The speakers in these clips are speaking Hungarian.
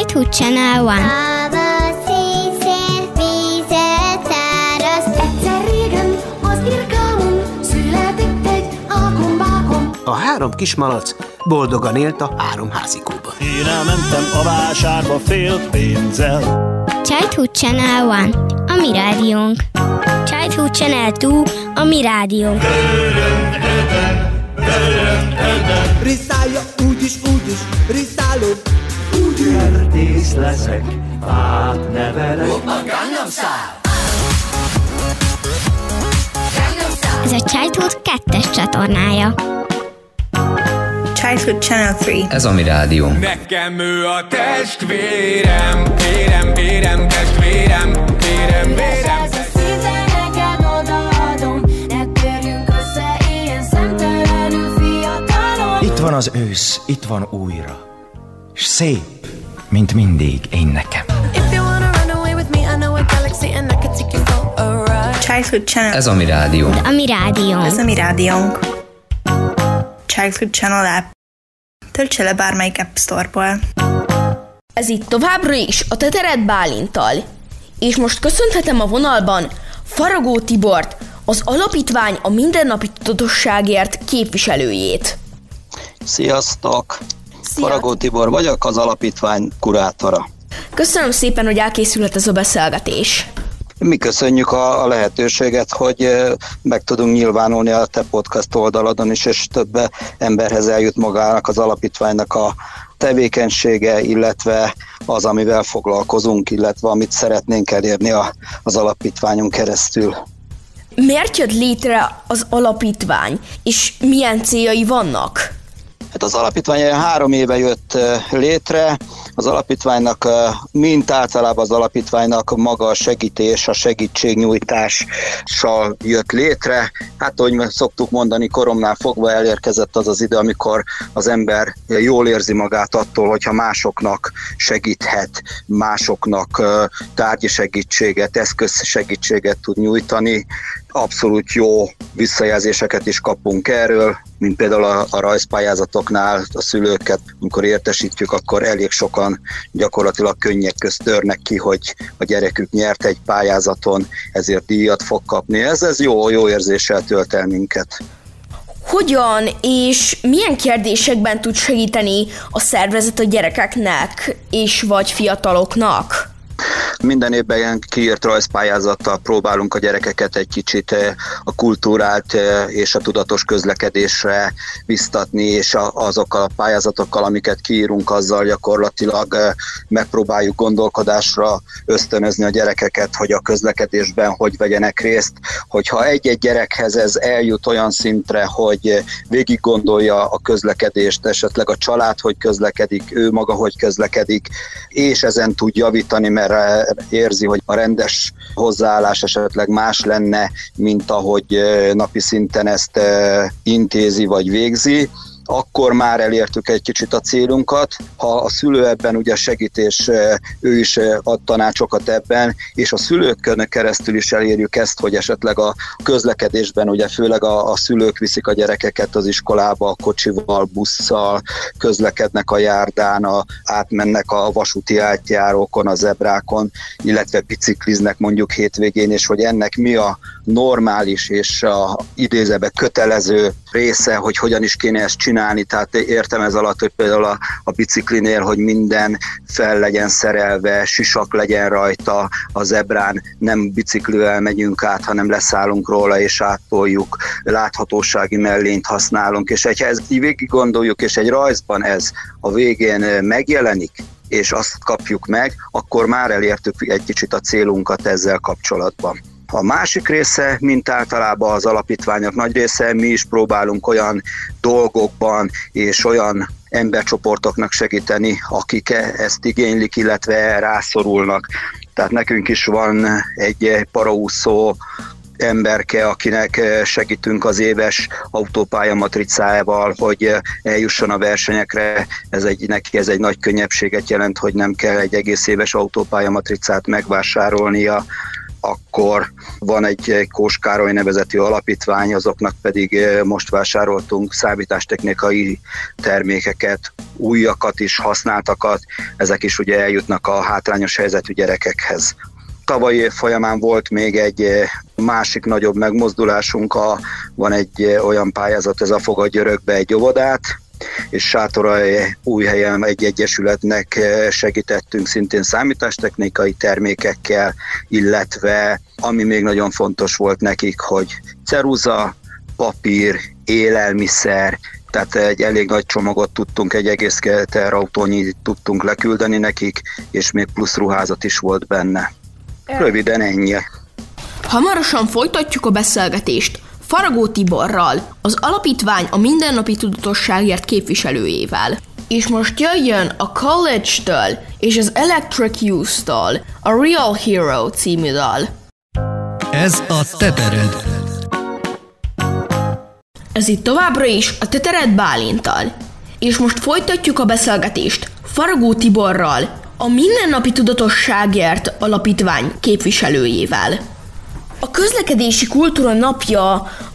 Childhood Channel One. A 3 kismalac boldogan élt a 3 házikóban. Én elmentem a vásárba fél pénzzel. Childhood Channel One, a mi rádiónk. Childhood Channel 2, a mi rádiónk. Riszálja úgyis, riszálok. Kertész leszek, fát nevelek. Ez a Childhood 2-es csatornája. Childhood Channel 3. Ez a mi rádió. Nekem ő a testvérem, vérem, testvérem, vérem. Neked odaadom, ne törjünk össze ilyen szemtelenül fiatalon. Itt van az ősz, itt van újra, s szép, mint mindig én nekem. Childhood Channel. Ez a mi rádió. A mi rádiónk. Ez a mi rádiónk. Childhood Channel app. Töltse le bármelyik App Store-ból. Ez itt továbbra is a Tetered Bálinttal. És most köszönhetem a vonalban Faragó Tibort, az alapítvány a mindennapi tudatosságért képviselőjét. Sziasztok! Faragó Tibor vagyok, az alapítvány kurátora. Köszönöm szépen, hogy elkészülhet ez a beszélgetés. Mi köszönjük a lehetőséget, hogy meg tudunk nyilvánulni a te podcast oldaladon is, és több emberhez eljut magának az alapítványnak a tevékenysége, illetve az, amivel foglalkozunk, illetve amit szeretnénk elérni az alapítványon keresztül. Miért jött létre az alapítvány, és milyen céljai vannak? Hát az alapítvány 3 éve jött létre. Az alapítványnak, mint általában az alapítványnak maga a segítés, a segítségnyújtással jött létre. Hát, ahogy szoktuk mondani, koromnál fogva elérkezett az az idő, amikor az ember jól érzi magát attól, hogyha másoknak segíthet, másoknak tárgyi segítséget, eszközsegítséget tud nyújtani. Abszolút jó visszajelzéseket is kapunk erről, mint például a rajzpályázatoknál a szülőket, amikor értesítjük, akkor elég sokan gyakorlatilag könnyek közt törnek ki, hogy a gyerekük nyert egy pályázaton, ezért díjat fog kapni. Ez jó érzéssel tölt el minket. Hogyan és milyen kérdésekben tud segíteni a szervezet a gyerekeknek és vagy fiataloknak? Minden évben ilyen kiírt rajzpályázattal próbálunk a gyerekeket egy kicsit a kultúrát és a tudatos közlekedésre biztatni, és azokkal a pályázatokkal, amiket kiírunk, azzal gyakorlatilag megpróbáljuk gondolkodásra ösztönözni a gyerekeket, hogy a közlekedésben hogy vegyenek részt. Hogyha egy-egy gyerekhez ez eljut olyan szintre, hogy végig gondolja a közlekedést, esetleg a család hogy közlekedik, ő maga hogy közlekedik, és ezen tud javítani, mert érzi, hogy a rendes hozzáállás esetleg más lenne, mint ahogy napi szinten ezt intézi vagy végzi, akkor már elértük egy kicsit a célunkat. Ha a szülő ebben ugye segít, és ő is ad tanácsokat ebben, és a szülőkön keresztül is elérjük ezt, hogy esetleg a közlekedésben ugye főleg a szülők viszik a gyerekeket az iskolába, a kocsival, busszal, közlekednek a járdán, átmennek a vasúti átjárókon, a zebrákon, illetve bicikliznek mondjuk hétvégén, és hogy ennek mi a normális és a idézőben kötelező része, hogy hogyan is kéne ezt csinálni. Tehát értem ez alatt, hogy például a biciklinél, hogy minden fel legyen szerelve, sisak legyen rajta, a zebrán nem biciklivel megyünk át, hanem leszállunk róla és áttoljuk, láthatósági mellényt használunk, és ha ezt végig gondoljuk, és egy rajzban ez a végén megjelenik, és azt kapjuk meg, akkor már elértük egy kicsit a célunkat ezzel kapcsolatban. A másik része, mint általában az alapítványok nagy része, mi is próbálunk olyan dolgokban és olyan embercsoportoknak segíteni, akik ezt igénylik, illetve rászorulnak. Tehát nekünk is van egy paraúszó emberke, akinek segítünk az éves autópálya matricájával, hogy eljusson a versenyekre. Neki ez egy nagy könnyebbséget jelent, hogy nem kell egy egész éves autópálya matricát megvásárolnia. akkor van egy Kós Károly nevezetű alapítvány, azoknak pedig most vásároltunk számítástechnikai termékeket, újakat is, használtakat, ezek is ugye eljutnak a hátrányos helyzetű gyerekekhez. Tavalyi év folyamán volt még egy másik nagyobb megmozdulásunk, van egy olyan pályázat, ez a Fogadj Örökbe egy óvodát, és Sátoraljaújhelyen egy egyesületnek segítettünk szintén számítástechnikai termékekkel, illetve ami még nagyon fontos volt nekik, hogy ceruza, papír, élelmiszer, tehát egy elég nagy csomagot tudtunk, egy egész terautónyi tudtunk leküldeni nekik, és még plusz ruházat is volt benne. Röviden ennyi. Hamarosan folytatjuk a beszélgetést Faragó Tiborral, az alapítvány a mindennapi tudatosságért képviselőjével. És most jöjjön a College-től és az Electric Youth-től a Real Hero című dal. Ez a Tetered. Ez itt továbbra is a Tetered Bálinttal. És most folytatjuk a beszélgetést Faragó Tiborral, a mindennapi tudatosságért alapítvány képviselőjével. A közlekedési kultúra napja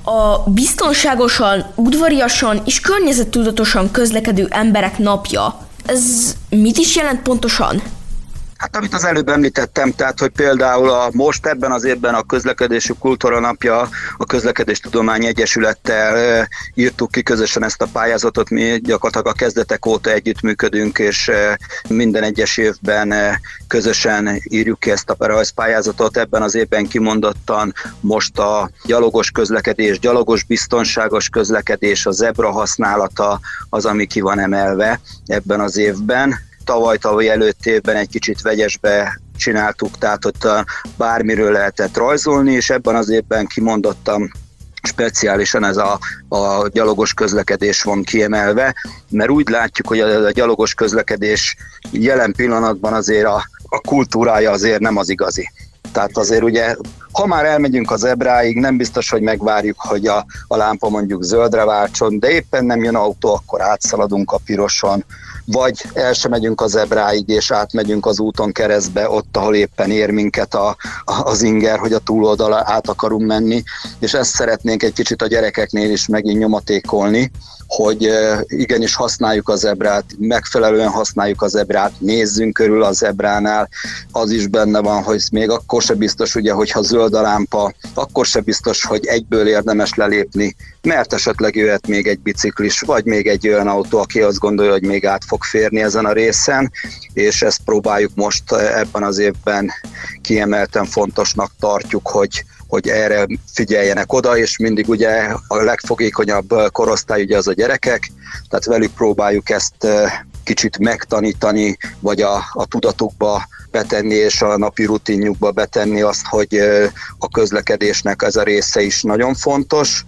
a biztonságosan, udvariasan és környezettudatosan közlekedő emberek napja. Ez mit is jelent pontosan? Hát amit az előbb említettem, tehát hogy például most ebben az évben a közlekedési kultúra napja a Közlekedéstudományi Egyesülettel írtuk ki közösen ezt a pályázatot, mi gyakorlatilag a kezdetek óta együttműködünk, és minden egyes évben közösen írjuk ki ezt a rajzpályázatot. Ebben az évben kimondottan most a gyalogos közlekedés, gyalogos biztonságos közlekedés, a zebra használata az, ami ki van emelve ebben az évben. Tavaly előtt évben egy kicsit vegyesbe csináltuk, tehát ott bármiről lehetett rajzolni, és ebben az évben kimondottam speciálisan ez a gyalogos közlekedés van kiemelve, mert úgy látjuk, hogy a gyalogos közlekedés jelen pillanatban azért a kultúrája azért nem az igazi. Tehát azért ugye, ha már elmegyünk az zebráig, nem biztos, hogy megvárjuk, hogy a lámpa mondjuk zöldre váltson, de éppen nem jön autó, akkor átszaladunk a piroson, vagy el sem megyünk az zebráig, és átmegyünk az úton keresztbe, ott, ahol éppen ér minket az inger, hogy a túloldalra át akarunk menni, és ezt szeretnénk egy kicsit a gyerekeknél is megint nyomatékolni, hogy igenis használjuk a zebrát, megfelelően használjuk a zebrát, nézzünk körül a zebránál, az is benne van, hogy még akkor se biztos, ugye, hogyha zöld a lámpa, akkor se biztos, hogy egyből érdemes lelépni, mert esetleg jöhet még egy biciklis, vagy még egy olyan autó, aki azt gondolja, hogy még át fog férni ezen a részen, és ezt próbáljuk most ebben az évben kiemelten fontosnak tartjuk, hogy erre figyeljenek oda, és mindig ugye a legfogékonyabb korosztály ugye az a gyerekek, tehát velük próbáljuk ezt kicsit megtanítani, vagy a tudatukba betenni, és a napi rutinjukba betenni azt, hogy a közlekedésnek ez a része is nagyon fontos,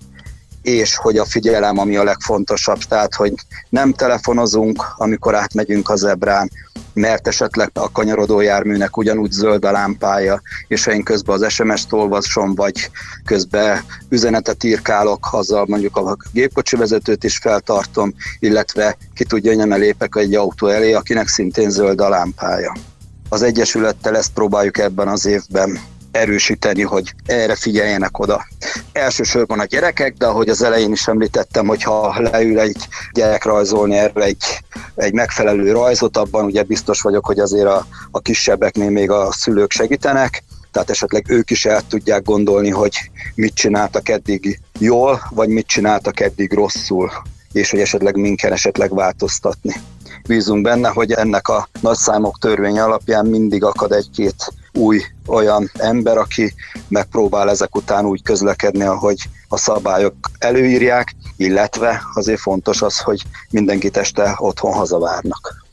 és hogy a figyelem, ami a legfontosabb, tehát hogy nem telefonozunk, amikor átmegyünk a zebrán, mert esetleg a kanyarodó járműnek ugyanúgy zöld a lámpája, és ha én közben az SMS-t olvasom, vagy közben üzenetet írkálok, azzal mondjuk a gépkocsi vezetőt is feltartom, illetve ki tudja, hogy nem lépek egy autó elé, akinek szintén zöld a lámpája. Az Egyesülettel ezt próbáljuk ebben az évben erősíteni, hogy erre figyeljenek oda. Elsősorban a gyerekek, de ahogy az elején is említettem, hogyha leül egy gyerek rajzolni erre egy megfelelő rajzot, abban ugye biztos vagyok, hogy azért a kisebbeknél még a szülők segítenek, tehát esetleg ők is el tudják gondolni, hogy mit csináltak eddig jól, vagy mit csináltak eddig rosszul, és hogy esetleg minken esetleg változtatni. Bízunk benne, hogy ennek a nagyszámok törvénye alapján mindig akad egy-két új olyan ember, aki megpróbál ezek után úgy közlekedni, ahogy a szabályok előírják, illetve azért fontos az, hogy mindenkit este otthon hazavárnak.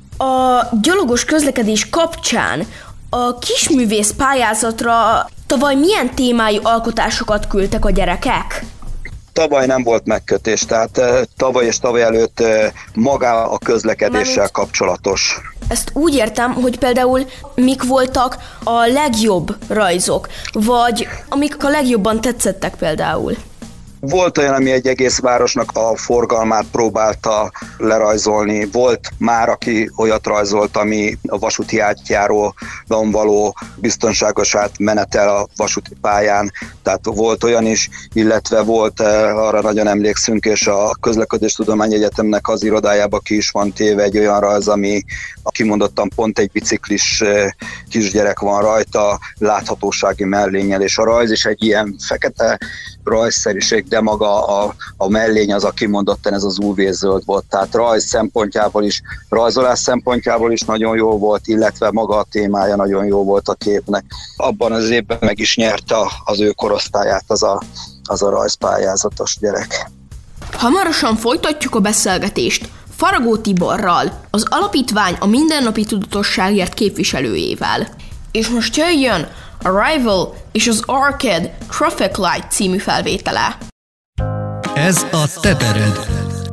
A gyalogos közlekedés kapcsán a kisművész pályázatra tavaly milyen témájú alkotásokat küldtek a gyerekek? Tavaly nem volt megkötés, tehát tavaly és tavaly előtt maga a közlekedéssel kapcsolatos. Ezt úgy értem, hogy például mik voltak a legjobb rajzok, vagy amik a legjobban tetszettek például. Volt olyan, ami egy egész városnak a forgalmát próbálta lerajzolni. Volt már, aki olyat rajzolt, ami a vasúti átjáróban való biztonságos átmenetel a vasúti pályán. Tehát volt olyan is, illetve volt, arra nagyon emlékszünk, és a Közlekedéstudományi Egyetemnek az irodájába ki is van téve egy olyan rajz, ami kimondottan pont egy biciklis kisgyerek van rajta, láthatósági mellénnyel, és a rajz is egy ilyen fekete rajzszerűség, de maga a mellény az, a kimondottan ez az UV-zöld volt. Tehát rajz szempontjából is, rajzolás szempontjából is nagyon jó volt, illetve maga a témája nagyon jó volt a képnek. Abban az évben meg is nyerte az ő korosztályát az a rajzpályázatos gyerek. Hamarosan folytatjuk a beszélgetést Faragó Tiborral, az alapítvány a mindennapi tudatosságért képviselőjével. És most jöjjön a Rival és az Arcade Traffic Light című felvétele. Ez a Tetered.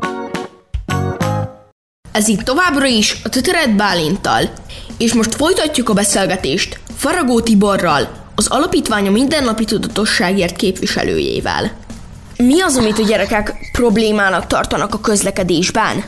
Ez itt továbbra is a Tetered Bálinttal, és most folytatjuk a beszélgetést Faragó Tiborral, az alapítvány a mindennapi tudatosságért képviselőjével. Mi az, amit a gyerekek problémának tartanak a közlekedésben?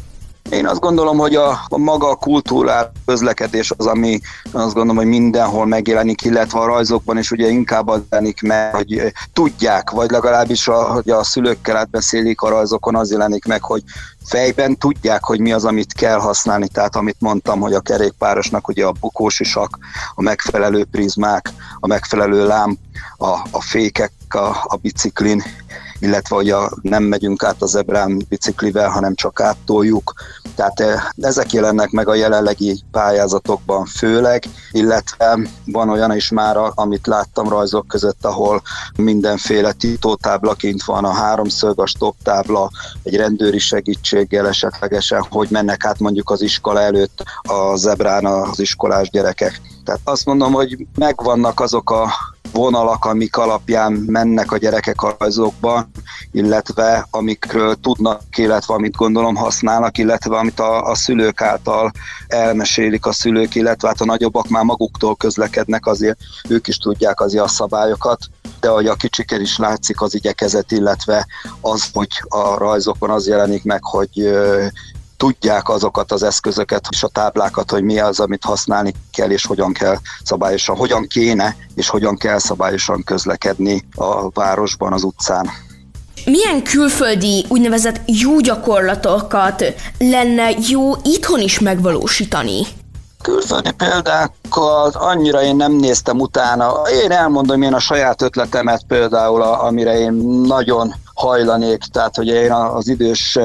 Én azt gondolom, hogy a maga a kultúrál közlekedés az, ami azt gondolom, hogy mindenhol megjelenik, illetve a rajzokban is ugye inkább az jelenik meg, hogy tudják, vagy legalábbis hogy a szülőkkel átbeszélik a rajzokon, az jelenik meg, hogy fejben tudják, hogy mi az, amit kell használni. Tehát amit mondtam, hogy a kerékpárosnak ugye a bukósisak, a megfelelő prizmák, a megfelelő lám, a fékek a biciklin, illetve hogy nem megyünk át a zebrán biciklivel, hanem csak áttoljuk. Tehát ezek jelennek meg a jelenlegi pályázatokban főleg, illetve van olyan is már, amit láttam rajzok között, ahol mindenféle tiltótábla kint van, a háromszög, a stopptábla, egy rendőri segítséggel esetlegesen, hogy mennek át mondjuk az iskola előtt a zebrán az iskolás gyerekek. Tehát azt mondom, hogy megvannak azok a vonalak, amik alapján mennek a gyerekek a rajzokban, illetve amikről tudnak, illetve amit gondolom használnak, illetve amit a szülők által elmesélik a szülők, illetve hát a nagyobbak már maguktól közlekednek, azért ők is tudják azért a szabályokat, de ahogy a kicsiken is látszik az igyekezet, illetve az, hogy a rajzokon az jelenik meg, hogy tudják azokat az eszközöket és a táblákat, hogy mi az, amit használni kell, és hogyan kell szabályosan, hogyan kéne, és hogyan kell szabályosan közlekedni a városban, az utcán. Milyen külföldi úgynevezett jó gyakorlatokat lenne jó itthon is megvalósítani? Külföldi példákat annyira én nem néztem utána. Én elmondom én a saját ötletemet például, amire én nagyon hajlanék, tehát hogy én az idős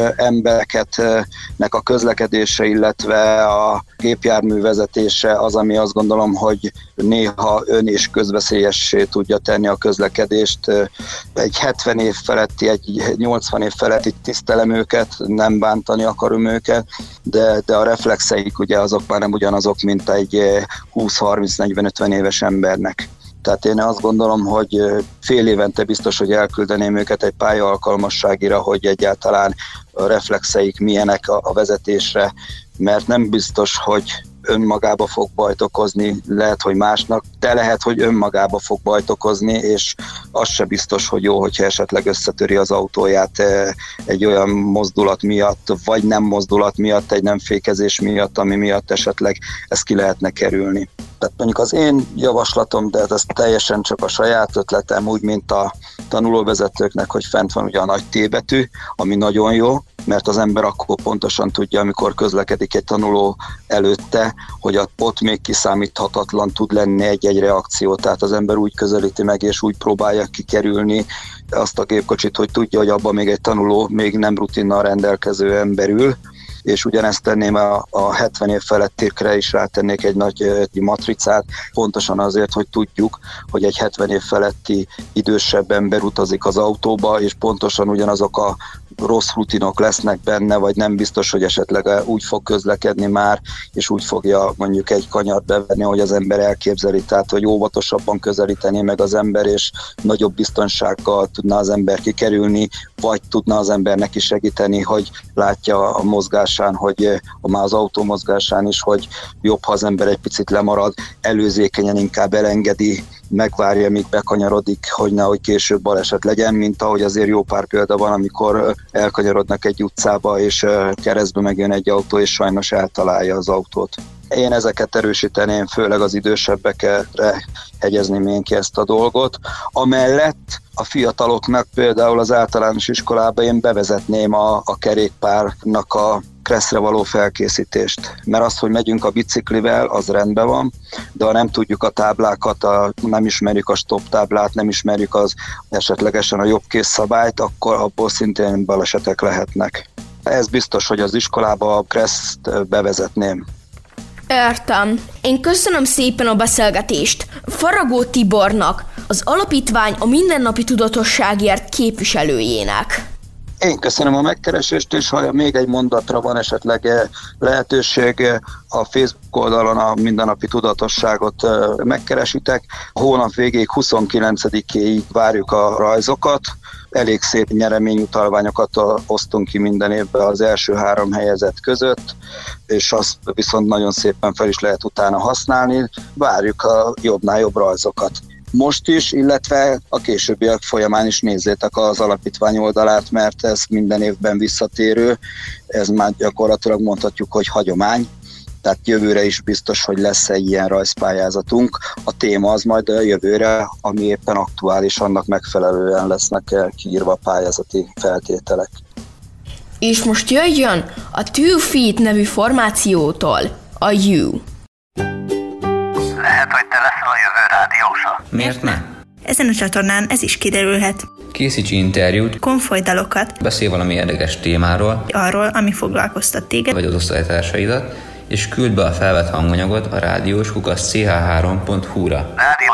embereknek a közlekedése, illetve a gépjármű vezetése az, ami azt gondolom, hogy néha ön és közveszélyessé tudja tenni a közlekedést. Egy 70 év feletti, egy 80 év feletti tisztelem őket, nem bántani akarom őket, de a reflexeik ugye azok már nem ugyanazok, mint egy 20-30-40-50 éves embernek. Tehát én azt gondolom, hogy fél évente biztos, hogy elküldeném őket egy pályaalkalmasságira, hogy egyáltalán a reflexeik milyenek a vezetésre, mert nem biztos, hogy önmagába fog bajt okozni, lehet, hogy másnak, de lehet, hogy önmagába fog bajt okozni, és az se biztos, hogy jó, hogyha esetleg összetöri az autóját egy olyan mozdulat miatt, vagy nem mozdulat miatt, egy nem fékezés miatt, ami miatt esetleg ezt ki lehetne kerülni. Tehát mondjuk az én javaslatom, de ez teljesen csak a saját ötletem, úgy, mint a tanulóvezetőknek, hogy fent van ugye a nagy T betű, ami nagyon jó, mert az ember akkor pontosan tudja, amikor közlekedik egy tanuló előtte, hogy ott még kiszámíthatatlan tud lenni egy-egy reakció, tehát az ember úgy közelíti meg, és úgy próbálja kikerülni azt a gépkocsit, hogy tudja, hogy abban még egy tanuló, még nem rutinnal rendelkező ember ül, és ugyanezt tenném a 70 év felettikre is rátennék egy nagy matricát, pontosan azért, hogy tudjuk, hogy egy 70 év feletti idősebb ember utazik az autóba, és pontosan ugyanazok a rossz rutinok lesznek benne, vagy nem biztos, hogy esetleg úgy fog közlekedni már, és úgy fogja mondjuk egy kanyart bevenni, hogy az ember elképzeli, tehát hogy óvatosabban közelíteni meg az ember, és nagyobb biztonsággal tudna az ember kikerülni, vagy tudna az embernek is segíteni, hogy látja a mozgásán, hogy már az autó mozgásán is, hogy jobb, ha az ember egy picit lemarad, előzékenyen inkább elengedi, megvárja, míg bekanyarodik, hogy nehogy később baleset legyen, mint ahogy azért jó pár példa van, amikor elkanyarodnak egy utcába, és keresztbe megjön egy autó, és sajnos eltalálja az autót. Én ezeket erősíteném, főleg az idősebbekre hegyezném én ki ezt a dolgot. Amellett a fiataloknak például az általános iskolában én bevezetném a kerékpárnak a kresszre való felkészítést. Mert az, hogy megyünk a biciklivel, az rendben van, de ha nem tudjuk a táblákat, nem ismerjük a stop táblát, nem ismerjük az esetlegesen a jobbkészszabályt, akkor abból szintén balesetek lehetnek. Ez biztos, hogy az iskolába a kreszt bevezetném. Értem. Én köszönöm szépen a beszélgetést Faragó Tibornak, az alapítvány a mindennapi tudatosságért képviselőjének. Én köszönöm a megkeresést, és ha még egy mondatra van esetleg lehetőség, a Facebook oldalon a mindennapi tudatosságot megkeresitek. A hónap végéig 29-éig várjuk a rajzokat. Elég szép nyereményutalványokat osztunk ki minden évben az első 3 helyezett között, és azt viszont nagyon szépen fel is lehet utána használni. Várjuk a jobbnál jobb rajzokat. Most is, illetve a későbbiek folyamán is nézzétek az alapítvány oldalát, mert ez minden évben visszatérő, ez már gyakorlatilag mondhatjuk, hogy hagyomány, tehát jövőre is biztos, hogy lesz egy ilyen rajzpályázatunk. A téma az majd a jövőre, ami éppen aktuális, annak megfelelően lesznek kiírva a pályázati feltételek. És most jöjjön a 2 Feet nevű formációtól a You. Lehet, hogy te leszel a jövő rádiósa. Miért ne? Ezen a csatornán ez is kiderülhet. Készíts interjút, konfoly dalokat, beszélj valami érdekes témáról, arról, ami foglalkoztat téged, vagy az osztálytársaidat, és küld be a felvett hanganyagot a rádiós@ch3.hu-ra.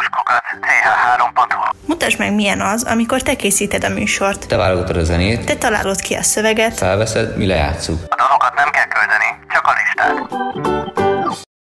rádiós@ch3.hu. Mutasd meg, milyen az, amikor te készíted a műsort. Te válogatod a zenét, te találod ki a szöveget, felveszed, mi lejátszuk. A dalokat nem kell